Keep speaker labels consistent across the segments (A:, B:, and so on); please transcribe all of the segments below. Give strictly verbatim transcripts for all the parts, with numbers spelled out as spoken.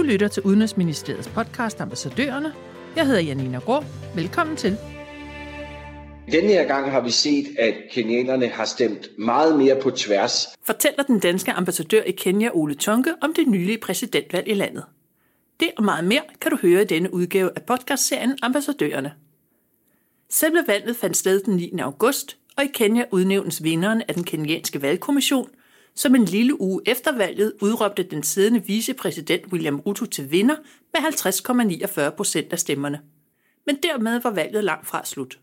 A: lytter til Udenrigsministeriets podcast Ambassadørerne. Jeg hedder Janina Grå. Velkommen til.
B: Denne her gang har vi set, at kenyanerne har stemt meget mere på tværs.
A: Fortæller den danske ambassadør i Kenya, Ole Tonke, om det nylige præsidentvalg i landet. Det og meget mere kan du høre i denne udgave af podcastserien Ambassadørerne. Selve valget fandt sted den niende august, og i Kenya udnævnes vinderen af den kenyanske valgkommission, som en lille uge efter valget udråbte den siddende vicepræsident William Ruto til vinder med halvtreds komma niogfyrre procent af stemmerne. Men dermed var valget langt fra slut.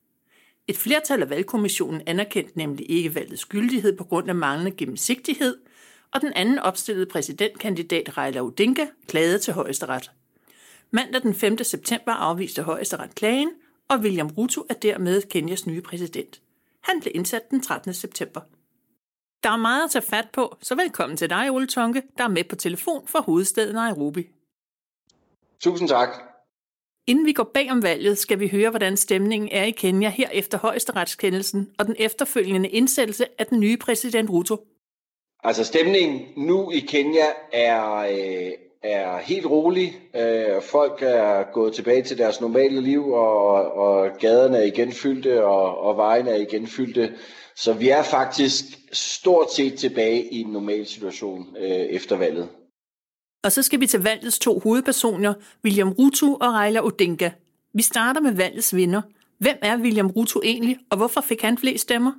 A: Et flertal af valgkommissionen anerkendte nemlig ikke valgets gyldighed på grund af manglende gennemsigtighed, og den anden opstillede præsidentkandidat Raila Odinga klagede til Højesteret. Mandag den femte september afviste Højesteret klagen, og William Ruto er dermed Kenyas nye præsident. Han blev indsat den trettende september. Der er meget at tage fat på, så velkommen til dig, Ole Tonke, der er med på telefon fra hovedstaden Nairobi.
B: Tusind tak.
A: Inden vi går bag om valget, skal vi høre, hvordan stemningen er i Kenya her efter højesteretskendelsen og den efterfølgende indsættelse af den nye præsident Ruto.
B: Altså stemningen nu i Kenya er, øh, er helt rolig. Øh, folk er gået tilbage til deres normale liv, og, og gaderne er igen fyldte, og, og vejene er igen fyldte. Så vi er faktisk stort set tilbage i en normal situation øh, efter valget.
A: Og så skal vi til valgets to hovedpersoner, William Ruto og Raila Odinga. Vi starter med valgets vinder. Hvem er William Ruto egentlig, og hvorfor fik han flest stemmer?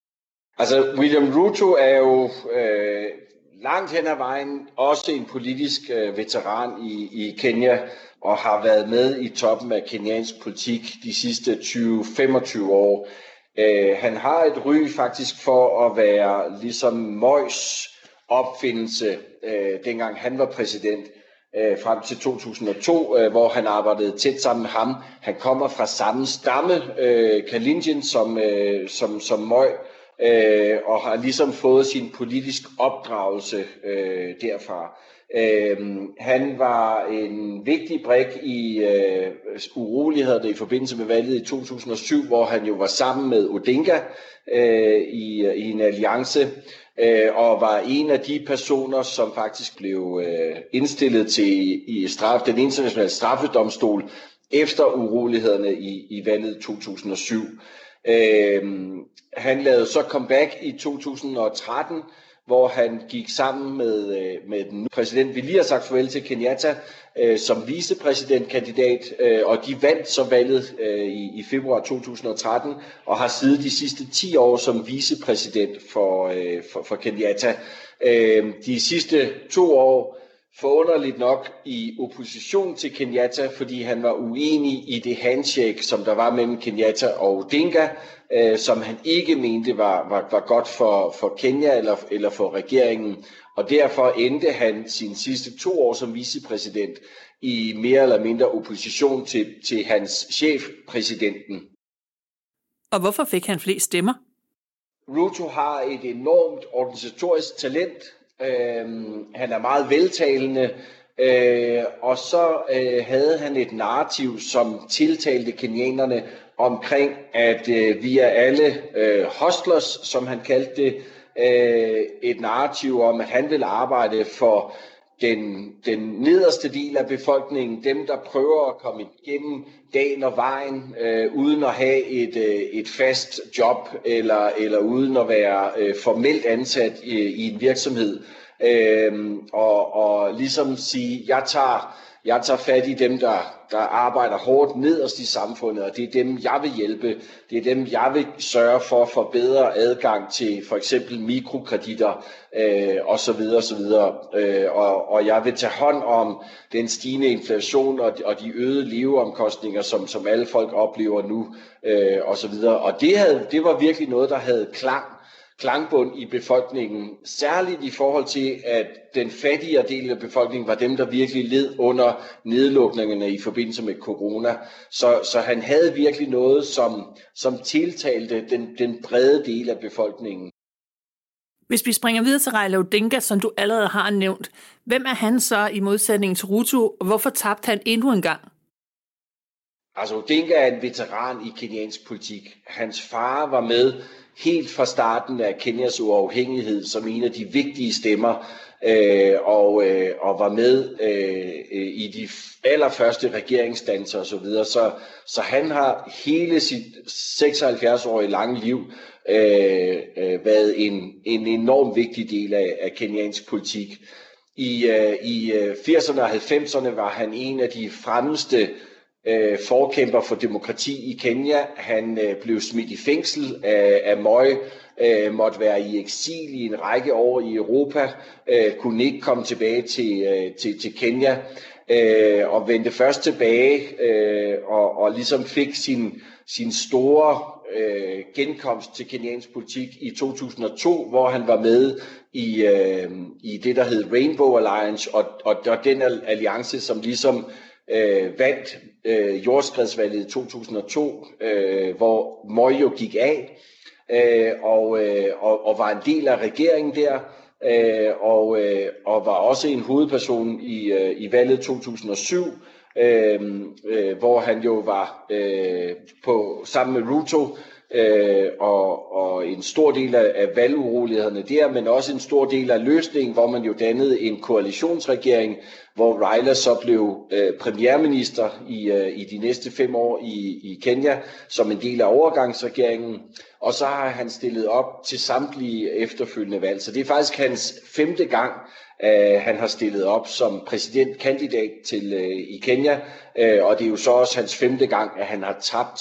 B: Altså, William Ruto er jo øh, langt hen ad vejen også en politisk øh, veteran i, i Kenya, og har været med i toppen af kenyansk politik de sidste tyve til femogtyve år. Øh, han har et ry faktisk for at være ligesom Mois opfindelse, øh, dengang han var præsident, øh, frem til to tusind og to, øh, hvor han arbejdede tæt sammen med ham. Han kommer fra samme stamme, øh, Kalenjin, som, øh, som, som Moi, øh, og har ligesom fået sin politisk opdragelse øh, derfra. Øh, han var en vigtig brik i øh, urolighederne i forbindelse med valget i to tusind og syv, hvor han jo var sammen med Odinga øh, i, i en alliance, øh, og var en af de personer, som faktisk blev øh, indstillet til i straf, den internationale straffedomstol efter urolighederne i, i valget to tusind og syv. Øh, han lavede så comeback i to tusind og tretten, hvor han gik sammen med, med den præsident, vi lige har sagt farvel til, Kenyatta, øh, som vicepræsidentkandidat, øh, og de vandt så valget øh, i, i februar to tusind og tretten, og har siddet de sidste ti år som vicepræsident for, øh, for, for Kenyatta. Øh, de sidste to år forunderligt nok i opposition til Kenyatta, fordi han var uenig i det handshake, som der var mellem Kenyatta og Odinga, øh, som han ikke mente var, var, var godt for, for Kenya eller, eller for regeringen. Og derfor endte han sine sidste to år som vicepræsident i mere eller mindre opposition til, til hans chef, præsidenten.
A: Og hvorfor fik han flest stemmer?
B: Ruto har et enormt organisatorisk talent. Øhm, han er meget veltalende, øh, og så øh, havde han et narrativ, som tiltalte kenyanerne omkring, at øh, vi er alle øh, hustlers, som han kaldte det, øh, et narrativ om, at han vil arbejde for den, den nederste del af befolkningen, dem der prøver at komme igennem dagen og vejen, øh, uden at have et, øh, et fast job, eller, eller uden at være øh, formelt ansat i, i en virksomhed, øh, og, og ligesom sige, jeg tager, jeg tager fat i dem, der, der arbejder hårdt nederst i samfundet, og det er dem, jeg vil hjælpe. Det er dem, jeg vil sørge for at forbedre adgang til for eksempel mikrokreditter øh, osv. osv. Øh, og, og jeg vil tage hånd om den stigende inflation og, og de øgede leveomkostninger, som, som alle folk oplever nu øh, osv. Og det, havde, det var virkelig noget, der havde klang. klangbund i befolkningen, særligt i forhold til, at den fattigere del af befolkningen var dem, der virkelig led under nedlukningerne i forbindelse med corona. Så, så han havde virkelig noget, som, som tiltalte den, den brede del af befolkningen.
A: Hvis vi springer videre til Raila Odinga, som du allerede har nævnt, hvem er han så i modsætning til Ruto, og hvorfor tabte han endnu en gang?
B: Altså Odinga er en veteran i kenyansk politik. Hans far var med helt fra starten af Kenyas uafhængighed som en af de vigtige stemmer, øh, og, øh, og var med øh, i de allerførste regeringsdannelser og så videre. Så, så han har hele sit seksoghalvfjerds-årige lange liv øh, øh, været en, en enorm vigtig del af, af kenyansk politik. I, øh, i firserne og halvfemserne var han en af de fremmeste øh, forkæmper for demokrati i Kenya. Han øh, blev smidt i fængsel af, af Moi, øh, måtte være i eksil i en række år i Europa, øh, kunne ikke komme tilbage til, øh, til, til Kenya, øh, og vendte først tilbage øh, og, og ligesom fik sin, sin store øh, genkomst til kenyansk politik i to tusind og to, hvor han var med i, øh, i det, der hed Rainbow Alliance, og, og, og den alliance, som ligesom øh, vandt øh, jordskredsvalget i to tusind og to, øh, hvor Moi jo gik af, øh, og, øh, og, og var en del af regeringen der, øh, og, øh, og var også en hovedperson i, øh, i valget to tusind og syv, øh, øh, hvor han jo var øh, på sammen med Ruto, Øh, og, og en stor del af, af valgurolighederne der, men også en stor del af løsningen, hvor man jo dannede en koalitionsregering, hvor Raila så blev øh, premierminister i, øh, i de næste fem år i, i Kenya, som en del af overgangsregeringen, og så har han stillet op til samtlige efterfølgende valg. Så det er faktisk hans femte gang, øh, han har stillet op som præsidentkandidat til, øh, i Kenya, øh, og det er jo så også hans femte gang, at han har tabt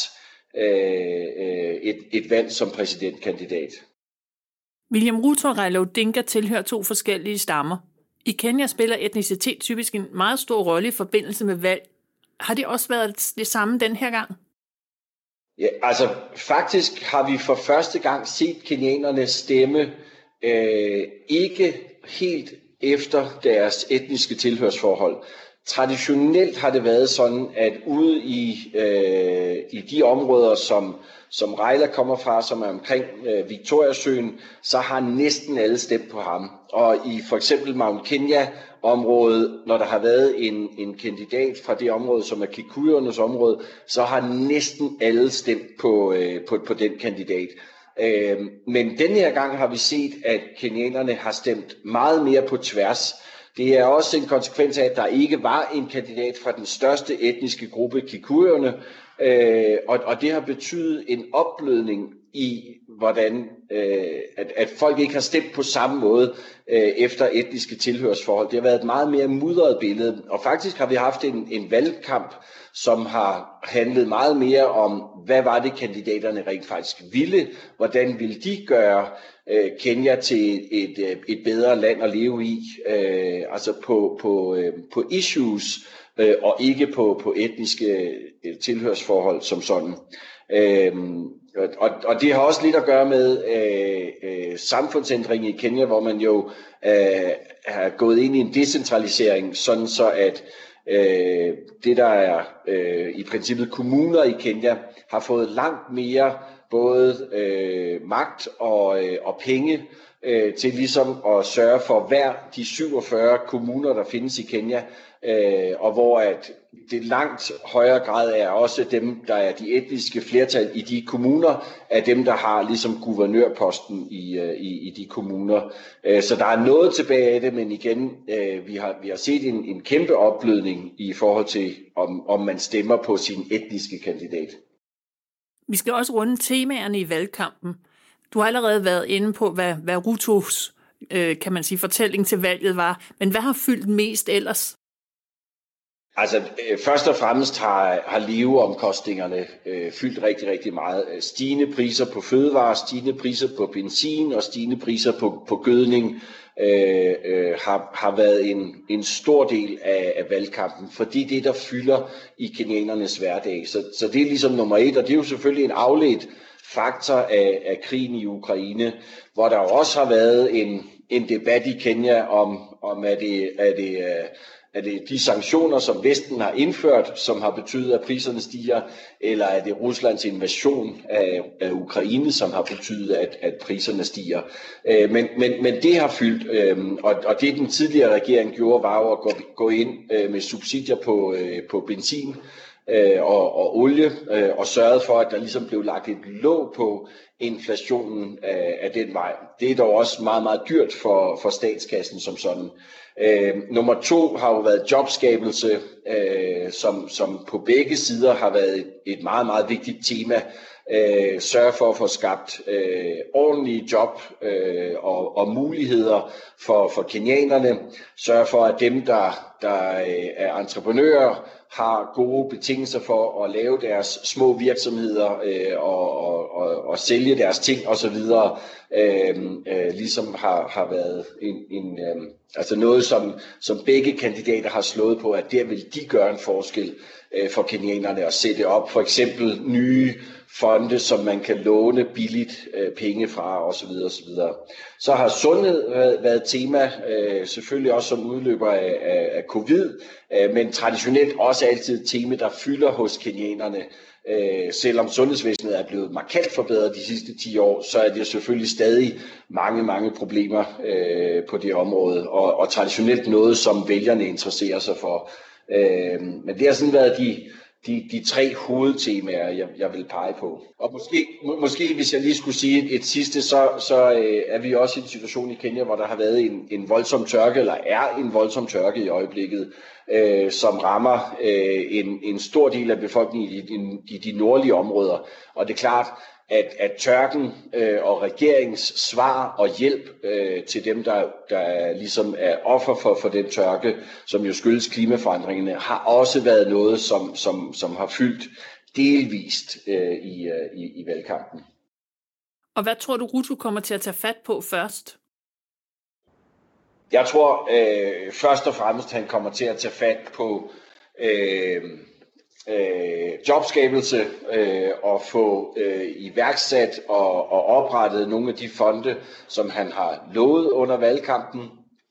B: Et, et valg som præsidentkandidat.
A: William Ruto og Raila Odinga tilhører to forskellige stammer. I Kenya spiller etnicitet typisk en meget stor rolle i forbindelse med valg. Har det også været det samme den her gang?
B: Ja, altså faktisk har vi for første gang set kenyanerne stemme øh, ikke helt efter deres etniske tilhørsforhold. Traditionelt har det været sådan, at ude i, øh, i de områder, som, som Raila kommer fra, som er omkring øh, Victoriasøen, så har næsten alle stemt på ham. Og i for eksempel Mount Kenya-området, når der har været en, en kandidat fra det område, som er Kikuyernes område, så har næsten alle stemt på, øh, på, på den kandidat. Øh, men denne her gang har vi set, at kenyanerne har stemt meget mere på tværs. Det er også en konsekvens af, at der ikke var en kandidat fra den største etniske gruppe, Kikuyerne, øh, og, og det har betydet en opblødning i, hvordan øh, at, at folk ikke har stemt på samme måde øh, efter etniske tilhørsforhold. Det har været et meget mere mudret billede, og faktisk har vi haft en, en valgkamp, som har handlet meget mere om, hvad var det kandidaterne rent faktisk ville, hvordan ville de gøre øh, Kenya til et, et, et bedre land at leve i, øh, altså på, på, øh, på issues, øh, og ikke på, på etniske øh, tilhørsforhold som sådan. Øh, og, og det har også lidt at gøre med øh, øh, samfundsændring i Kenya, hvor man jo øh, har gået ind i en decentralisering, sådan så at Øh, det der er øh, i princippet kommuner i Kenya har fået langt mere både øh, magt og, øh, og penge øh, til ligesom at sørge for hver de syvogfyrre kommuner der findes i Kenya, øh, og hvor at det langt højere grad er også dem der er de etniske flertal i de kommuner, er dem der har ligesom guvernørposten i, øh, i, i de kommuner. Øh, så der er noget tilbage af det, men igen øh, vi har vi har set en, en kæmpe opblødning i forhold til om, om man stemmer på sin etniske kandidat.
A: Vi skal også runde temaerne i valgkampen. Du har allerede været inde på, hvad, hvad Rutos, øh, kan man sige, fortælling til valget var. Men hvad har fyldt mest ellers?
B: Altså, øh, først og fremmest har, har leveomkostningerne øh, fyldt rigtig, rigtig meget. Stigende priser på fødevarer, stigende priser på benzin og stigende priser på, på gødning øh, øh, har, har været en, en stor del af, af valgkampen, fordi det der fylder i kenyanernes hverdag. Så, så det er ligesom nummer et, og det er jo selvfølgelig en afledt faktor af, af krigen i Ukraine, hvor der jo også har været en, en debat i Kenya om, om er det, er det, er det de sanktioner, som Vesten har indført, som har betydet, at priserne stiger, eller er det Ruslands invasion af, af Ukraine, som har betydet, at, at priserne stiger. Øh, men, men, men det har fyldt, øh, og, og det den tidligere regering gjorde, var jo at gå, gå ind øh, med subsidier på, øh, på benzin, øh, og, og olie, øh, og sørget for, at der ligesom blev lagt et låg på inflationen af, af den vej. Det er dog også meget, meget dyrt for, for statskassen som sådan. Øh, nummer to har jo været jobskabelse, øh, som, som på begge sider har været et, et meget, meget vigtigt tema. Øh, sørge for at få skabt øh, ordentlige job øh, og, og muligheder for, for kenianerne. Sørge for, at dem, der, der øh, er entreprenører, har gode betingelser for at lave deres små virksomheder øh, og, og, og, og sælge deres ting osv. Øh, øh, ligesom har, har været en, en, øh, altså noget, som, som begge kandidater har slået på, at der vil de gøre en forskel øh, for kenianerne at sætte op. For eksempel nye fonde, som man kan låne billigt øh, penge fra osv. osv. Så har sundhed været, været tema, øh, selvfølgelig også som udløber af, af, af covid, øh, men traditionelt også altid et tema, der fylder hos kenianerne. Øh, selvom sundhedsvæsenet er blevet markant forbedret de sidste ti år, så er det selvfølgelig stadig mange, mange problemer øh, på det område, og, og traditionelt noget, som vælgerne interesserer sig for. Øh, men det har sådan været de De, de tre hovedtemaer, jeg, jeg vil pege på. Og måske, må, måske hvis jeg lige skulle sige et, et sidste, så, så øh, er vi også i en situation i Kenya, hvor der har været en, en voldsom tørke, eller er en voldsom tørke i øjeblikket, øh, som rammer øh, en, en stor del af befolkningen i, i, i de nordlige områder. Og det er klart, at, at tørken øh, og regeringens svar og hjælp øh, til dem, der, der ligesom er offer for, for den tørke, som jo skyldes klimaforandringerne, har også været noget, som, som, som har fyldt delvist øh, i, øh, i, i valgkampen.
A: Og hvad tror du, Ruto kommer til at tage fat på først?
B: Jeg tror øh, først og fremmest, han kommer til at tage fat på øh, Øh, jobskabelse øh, og få øh, iværksat og, og oprettet nogle af de fonde, som han har lovet under valgkampen.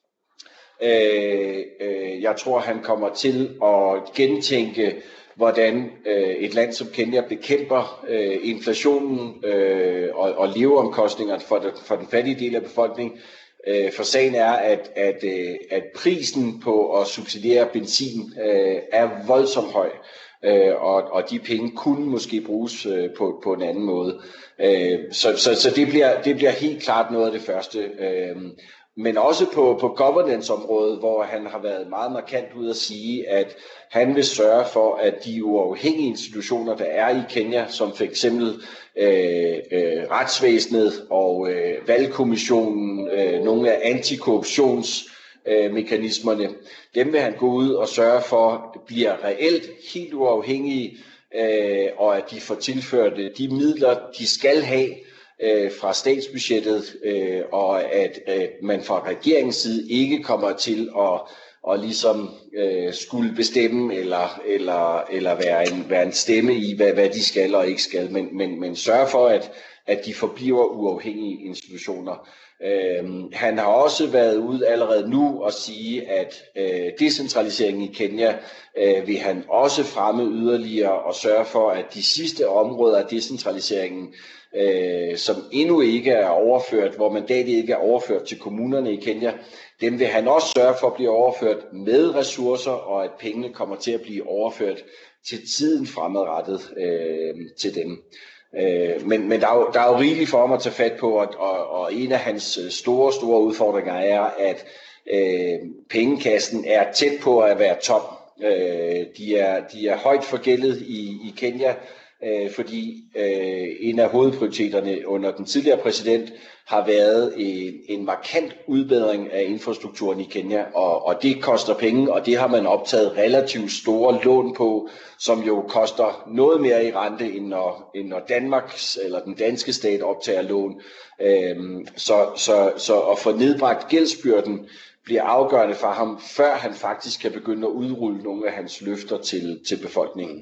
B: Øh, øh, jeg tror, han kommer til at gentænke, hvordan øh, et land som Kenya bekæmper øh, inflationen øh, og, og leveomkostningerne for, det, for den fattige del af befolkningen. Øh, for sagen er, at, at, øh, at prisen på at subsidiere benzin øh, er voldsomt høj. Øh, og, og de penge kunne måske bruges øh, på, på en anden måde. Øh, så så, så det, bliver, det bliver helt klart noget af det første. Øh, men også på, på governance-området, hvor han har været meget markant ud at sige, at han vil sørge for, at de uafhængige institutioner, der er i Kenya, som for eksempel øh, øh, retsvæsenet og øh, valgkommissionen, øh, nogle af antikorruptions mekanismerne, dem vil han gå ud og sørge for bliver reelt helt uafhængige, øh, og at de får tilført de midler, de skal have øh, fra statsbudgettet, øh, og at øh, man fra regeringens side ikke kommer til at og ligesom øh, skulle bestemme eller, eller, eller være, en, være en stemme i, hvad, hvad de skal og ikke skal, men, men, men sørge for, at, at de forbliver uafhængige institutioner. Øhm, han har også været ude allerede nu og sige, at øh, decentraliseringen i Kenya øh, vil han også fremme yderligere og sørge for, at de sidste områder af decentraliseringen, øh, som endnu ikke er overført, hvor mandatet ikke er overført til kommunerne i Kenya, dem vil han også sørge for at blive overført med ressourcer, og at pengene kommer til at blive overført til tiden fremadrettet øh, til dem. Øh, men men der, er jo, der er jo rigeligt for ham at tage fat på, og, og, og en af hans store, store udfordringer er, at øh, pengekassen er tæt på at være tom. Øh, de, er, de er højt forgældet i, i Kenya, øh, fordi øh, en af hovedprioriteterne under den tidligere præsident har været en, en markant udbedring af infrastrukturen i Kenya, og, og det koster penge, og det har man optaget relativt store lån på, som jo koster noget mere i rente, end når, end når Danmarks eller den danske stat optager lån. Øhm, så, så, så at få nedbragt gældsbyrden bliver afgørende for ham, før han faktisk kan begynde at udrulle nogle af hans løfter til, til befolkningen.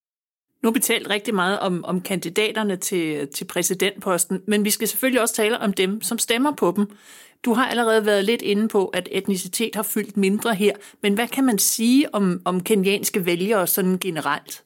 A: Nu har vi talt rigtig meget om, om kandidaterne til, til præsidentposten, men vi skal selvfølgelig også tale om dem, som stemmer på dem. Du har allerede været lidt inde på, at etnicitet har fyldt mindre her, men hvad kan man sige om, om kenyanske vælgere sådan generelt?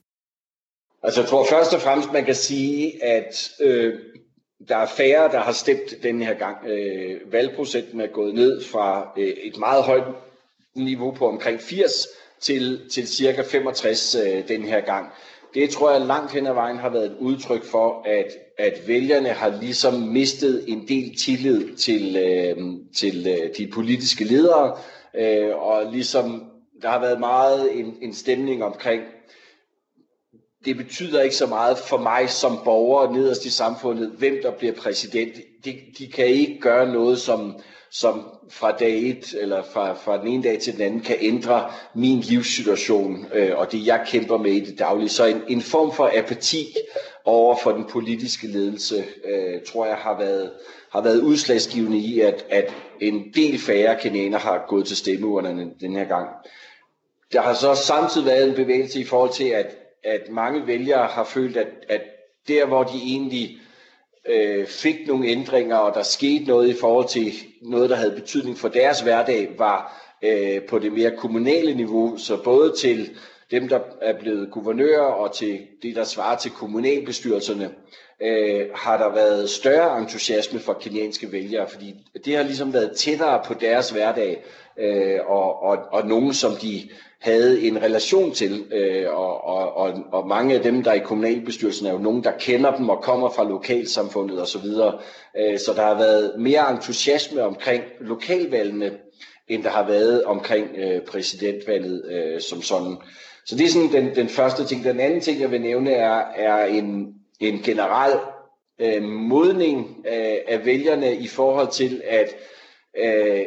B: Altså jeg tror først og fremmest, man kan sige, at øh, der er færre, der har stemt denne her gang. Øh, valgprocenten er gået ned fra øh, et meget højt niveau på omkring firs til, til cirka femogtres øh, den her gang. Det tror jeg langt hen ad vejen har været et udtryk for, at, at vælgerne har ligesom mistet en del tillid til, øh, til øh, de politiske ledere, øh, og ligesom der har været meget en, en stemning omkring, det betyder ikke så meget for mig som borger nederst i samfundet, hvem der bliver præsident. De, de kan ikke gøre noget, som, som fra dag et, eller fra, fra den ene dag til den anden, kan ændre min livssituation, øh, og det jeg kæmper med i det daglige. Så en, en form for apati over for den politiske ledelse, øh, tror jeg har været, har været udslagsgivende i, at, at en del færre kenianere har gået til stemmeurnerne den her gang. Der har så samtidig været en bevægelse i forhold til, at at mange vælgere har følt, at, at der hvor de egentlig øh, fik nogle ændringer, og der skete noget i forhold til noget, der havde betydning for deres hverdag, var øh, på det mere kommunale niveau, så både til dem, der er blevet guvernører, og til det, der svarer til kommunalbestyrelserne, øh, har der været større entusiasme for kenyanske vælgere, fordi det har ligesom været tættere på deres hverdag, øh, og, og, og nogen, som de havde en relation til, øh, og, og, og, og mange af dem, der er i kommunalbestyrelsen, er jo nogen, der kender dem og kommer fra lokalsamfundet osv., øh, så der har været mere entusiasme omkring lokalvalgene, end der har været omkring øh, præsidentvalget øh, som sådan. Så det er sådan den, den første ting. Den anden ting, jeg vil nævne, er, er en, en generel øh, modning øh, af vælgerne i forhold til, at øh,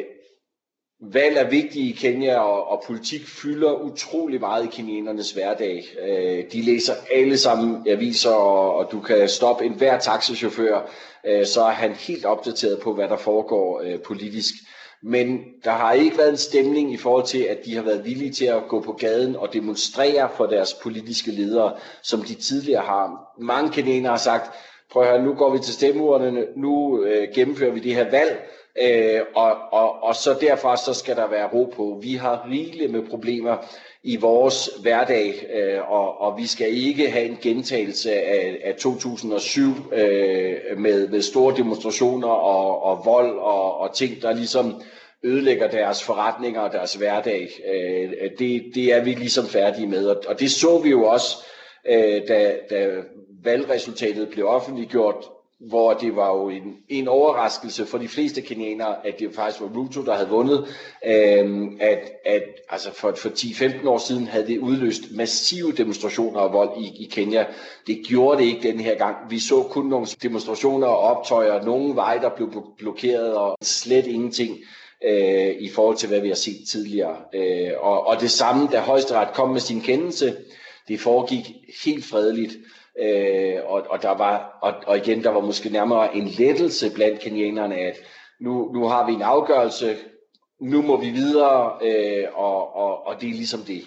B: valg er vigtige i Kenya, og, og politik fylder utrolig meget i kenianernes hverdag. Øh, de læser alle sammen aviser, og, og du kan stoppe enhver taxichauffør, øh, så er han helt opdateret på, hvad der foregår øh, politisk. Men der har ikke været en stemning i forhold til, at de har været villige til at gå på gaden og demonstrere for deres politiske ledere, som de tidligere har. Mange kenianere har sagt, prøv at høre, nu går vi til stemmeurnerne, nu øh, gennemfører vi det her valg, øh, og, og, og så derfra så skal der være ro på. Vi har rigeligt med problemer i vores hverdag, øh, og, og vi skal ikke have en gentagelse af, af to tusind og syv øh, med, med store demonstrationer og, og vold og, og ting, der ligesom ødelægger deres forretninger og deres hverdag. Øh, det, det er vi ligesom færdige med, og, og det så vi jo også, øh, da, da valgresultatet blev offentliggjort, hvor det var jo en, en overraskelse for de fleste kenianere, at det faktisk var Ruto, der havde vundet. Øhm, at, at altså for, for ti til femten år siden havde det udløst massive demonstrationer og vold i, i Kenya. Det gjorde det ikke den her gang. Vi så kun nogle demonstrationer og optøjer, nogle veje, der blev blokeret, og slet ingenting øh, i forhold til, hvad vi har set tidligere. Øh, og, og det samme, da Højesteret kom med sin kendelse, det foregik helt fredeligt. Øh, og, og der var og, og igen der var måske nærmere en lettelse blandt kenianerne, at nu, nu har vi en afgørelse, nu må vi videre, øh, og, og, og det er ligesom det.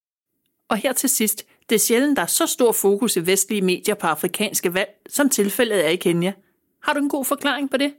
A: Og her til sidst, det er sjældent, der er så stor fokus i vestlige medier på afrikanske valg, som tilfældet er i Kenya. Har du en god forklaring på det?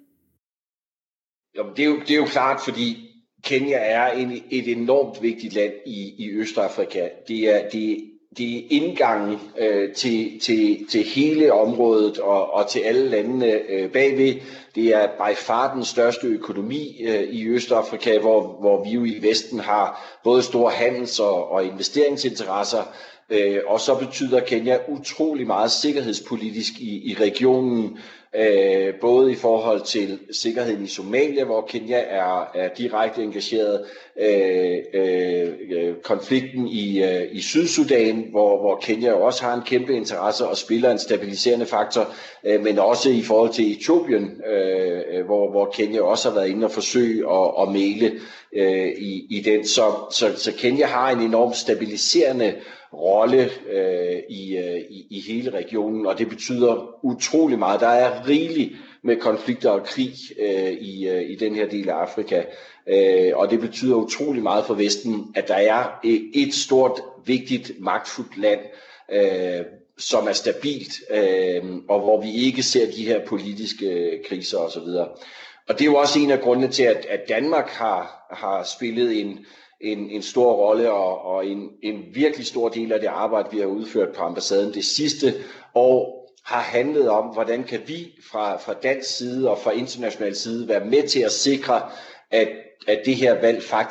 B: Jamen, det, er jo, det er jo klart, fordi Kenya er en, et enormt vigtigt land i, i Østafrika. Det er det Det er indgangen øh, til, til, til hele området og, og til alle landene øh, bagved. Det er by far den største økonomi øh, i Østafrika, hvor, hvor vi jo i Vesten har både store handels- og, og investeringsinteresser. Øh, og så betyder Kenya utrolig meget sikkerhedspolitisk i, i regionen. Øh, både i forhold til sikkerheden i Somalia, hvor Kenya er, er direkte engageret, øh, øh, konflikten i, øh, i Sydsudan, hvor, hvor Kenya også har en kæmpe interesse og spiller en stabiliserende faktor, øh, men også i forhold til Etiopien, øh, hvor, hvor Kenya også har været inde og forsøge at, at mægle øh, i, i den. Så, så, så Kenya har en enormt stabiliserende rolle øh, i, øh, i, i hele regionen, og det betyder utrolig meget. Der er rigeligt med konflikter og krig øh, i, øh, i den her del af Afrika, øh, og det betyder utrolig meget for Vesten, at der er et stort, vigtigt, magtfuldt land, øh, som er stabilt, øh, og hvor vi ikke ser de her politiske kriser osv. Og det er jo også en af grundene til, at, at Danmark har, har spillet en En, en stor rolle og, og en, en virkelig stor del af det arbejde, vi har udført på ambassaden det sidste år, har handlet om, hvordan kan vi fra, fra dansk side og fra international side være med til at sikre, at, at det her valg faktisk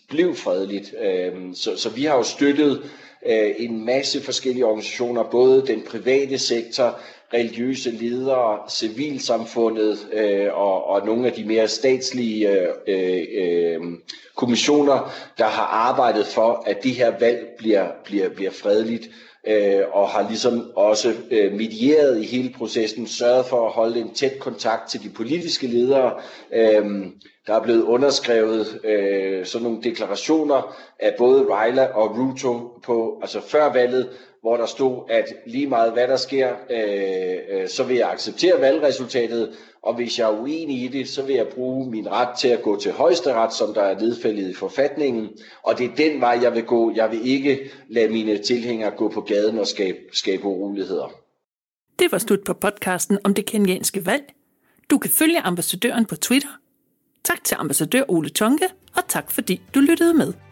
B: blev fredeligt. Så, så vi har jo støttet en masse forskellige organisationer, både den private sektor, religiøse ledere, civilsamfundet øh, og, og nogle af de mere statslige øh, øh, kommissioner, der har arbejdet for, at det her valg bliver, bliver, bliver fredeligt, øh, og har ligesom også øh, medieret i hele processen, sørget for at holde en tæt kontakt til de politiske ledere. Øh, der er blevet underskrevet øh, sådan nogle deklarationer af både Raila og Ruto på, altså før valget, hvor der stod, at lige meget hvad der sker, øh, øh, så vil jeg acceptere valgresultatet, og hvis jeg er uenig i det, så vil jeg bruge min ret til at gå til højesteret, som der er nedfældet i forfatningen, og det er den vej, jeg vil gå. Jeg vil ikke lade mine tilhængere gå på gaden og skabe, skabe uroligheder.
A: Det var slut på podcasten om det kenyanske valg. Du kan følge ambassadøren på Twitter. Tak til ambassadør Ole Tonke, og tak fordi du lyttede med.